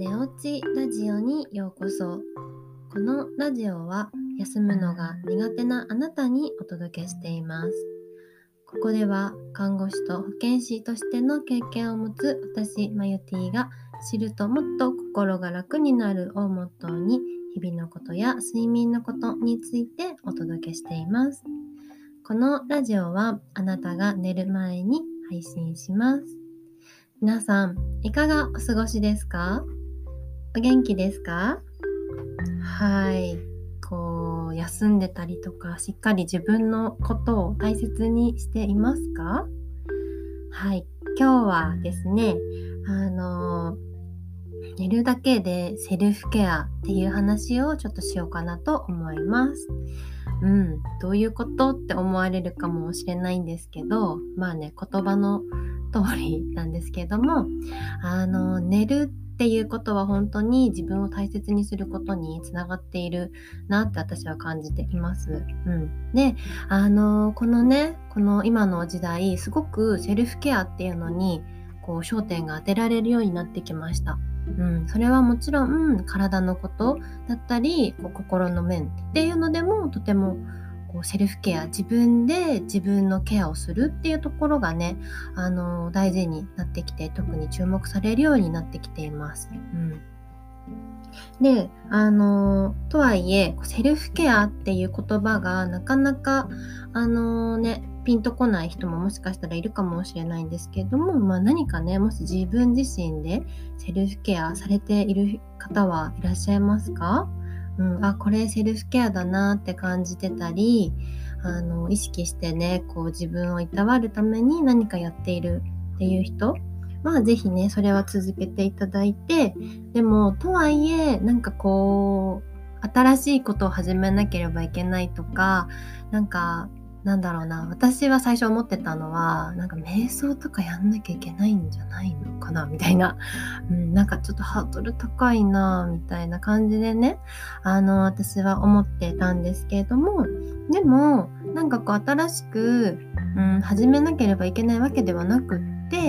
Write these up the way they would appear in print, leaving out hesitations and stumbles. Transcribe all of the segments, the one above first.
寝落ちラジオにようこそ。このラジオは休むのが苦手なあなたにお届けしています。ここでは看護師と保健師としての経験を持つ私マユティが知るともっと心が楽になるをモットーに日々のことや睡眠のことについてお届けしています。このラジオはあなたが寝る前に配信します。皆さんいかがお過ごしですか？お元気ですか？はい。休んでたりとか、しっかり自分のことを大切にしていますか？はい。今日はですね、寝るだけでセルフケアっていう話をちょっとしようかなと思います。どういうことって思われるかもしれないんですけど、言葉の通りなんですけども、寝るっていうことは本当に自分を大切にすることにつながっているなって私は感じています。で、この今の時代、すごくセルフケアっていうのに焦点が当てられるようになってきました。それはもちろん体のことだったり心の面っていうのでもとてもセルフケア、自分で自分のケアをするっていうところがね、大事になってきて、特に注目されるようになってきています。で、とはいえセルフケアっていう言葉がなかなかピンとこない人ももしかしたらいるかもしれないんですけれども、何かね、もし自分自身でセルフケアされている方はいらっしゃいますか？これセルフケアだなって感じてたり、意識してね、自分をいたわるために何かやっているっていう人、ぜひね、それは続けていただいて、でもとはいえ新しいことを始めなければいけないとか、私は最初思ってたのは、瞑想とかやんなきゃいけないんじゃないのかなみたいな、ちょっとハードル高いなみたいな感じでね、私は思ってたんですけれども、でも新しく、始めなければいけないわけではなくって、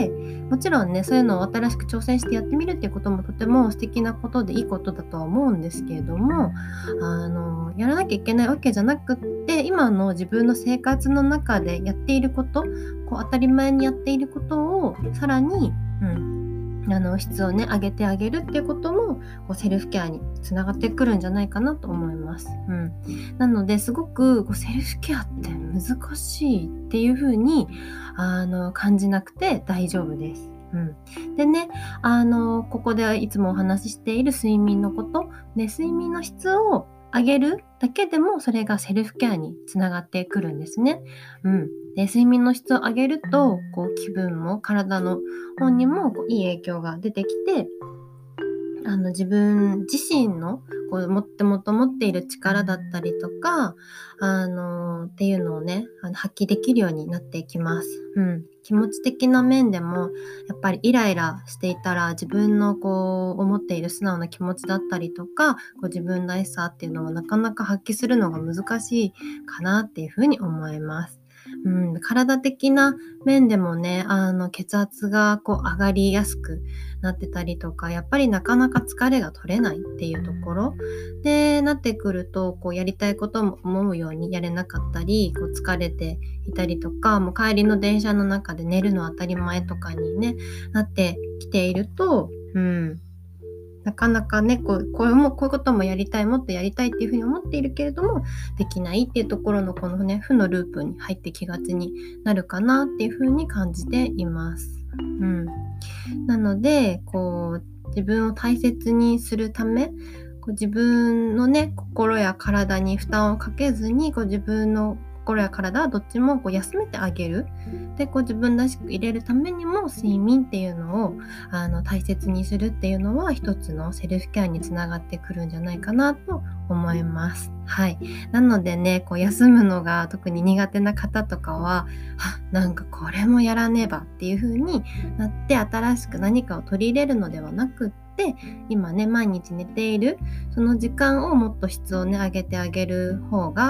もちろんね、そういうのを新しく挑戦してやってみるっていうこともとても素敵なことでいいことだとは思うんですけれども、やらなきゃいけないわけじゃなくって、今の自分の生活の中でやっていること、当たり前にやっていることをさらに、質をね上げてあげるっていうこともセルフケアにつながってくるんじゃないかなと思います。なのですごくセルフケアって難しいっていう風に感じなくて大丈夫です。でね、ここでいつもお話ししている睡眠のことで、睡眠の質を上げるだけでもそれがセルフケアにつながってくるんですね。で、睡眠の質を上げると気分も体の方にもいい影響が出てきて、自分自身のもとも持っている力だったりとか、っていうのをね、発揮できるようになっていきます。気持ち的な面でも、やっぱりイライラしていたら、自分の思っている素直な気持ちだったりとか、自分らしさっていうのをなかなか発揮するのが難しいかなっていうふうに思います。体的な面でもね、血圧が上がりやすくなってたりとか、やっぱりなかなか疲れが取れないっていうところでなってくると、やりたいことも思うようにやれなかったり、疲れていたりとか、もう帰りの電車の中で寝るの当たり前とかにねなってきていると、なかなかね、こういうこともやりたい、もっとやりたいっていうふうに思っているけれどもできないっていうところのこのね負のループに入ってきがちになるかなっていうふうに感じています。なので自分を大切にするため、自分のね心や体に負担をかけずに自分の心や体はどっちも休めてあげる。で自分らしく入れるためにも睡眠っていうのを大切にするっていうのは一つのセルフケアにつながってくるんじゃないかなと思います。なのでね、休むのが特に苦手な方とかは、これもやらねばっていう風になって新しく何かを取り入れるのではなくって、今ね毎日寝ているその時間をもっと質をね上げてあげる方が、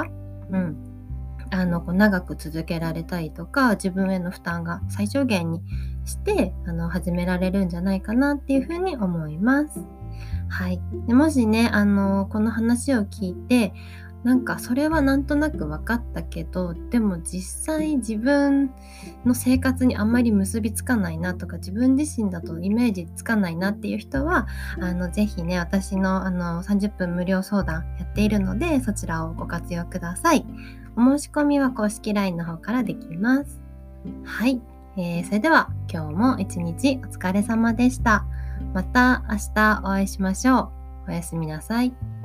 長く続けられたりとか、自分への負担が最小限にして始められるんじゃないかなっていうふうに思います。 はい。でもしね、この話を聞いて、なんかそれはなんとなく分かったけど、でも実際自分の生活にあんまり結びつかないなとか、自分自身だとイメージつかないなっていう人は、ぜひね、私の30分無料相談やっているので、そちらをご活用ください。お申し込みは公式 LINE の方からできます。はい。それでは今日も一日お疲れ様でした。また明日お会いしましょう。おやすみなさい。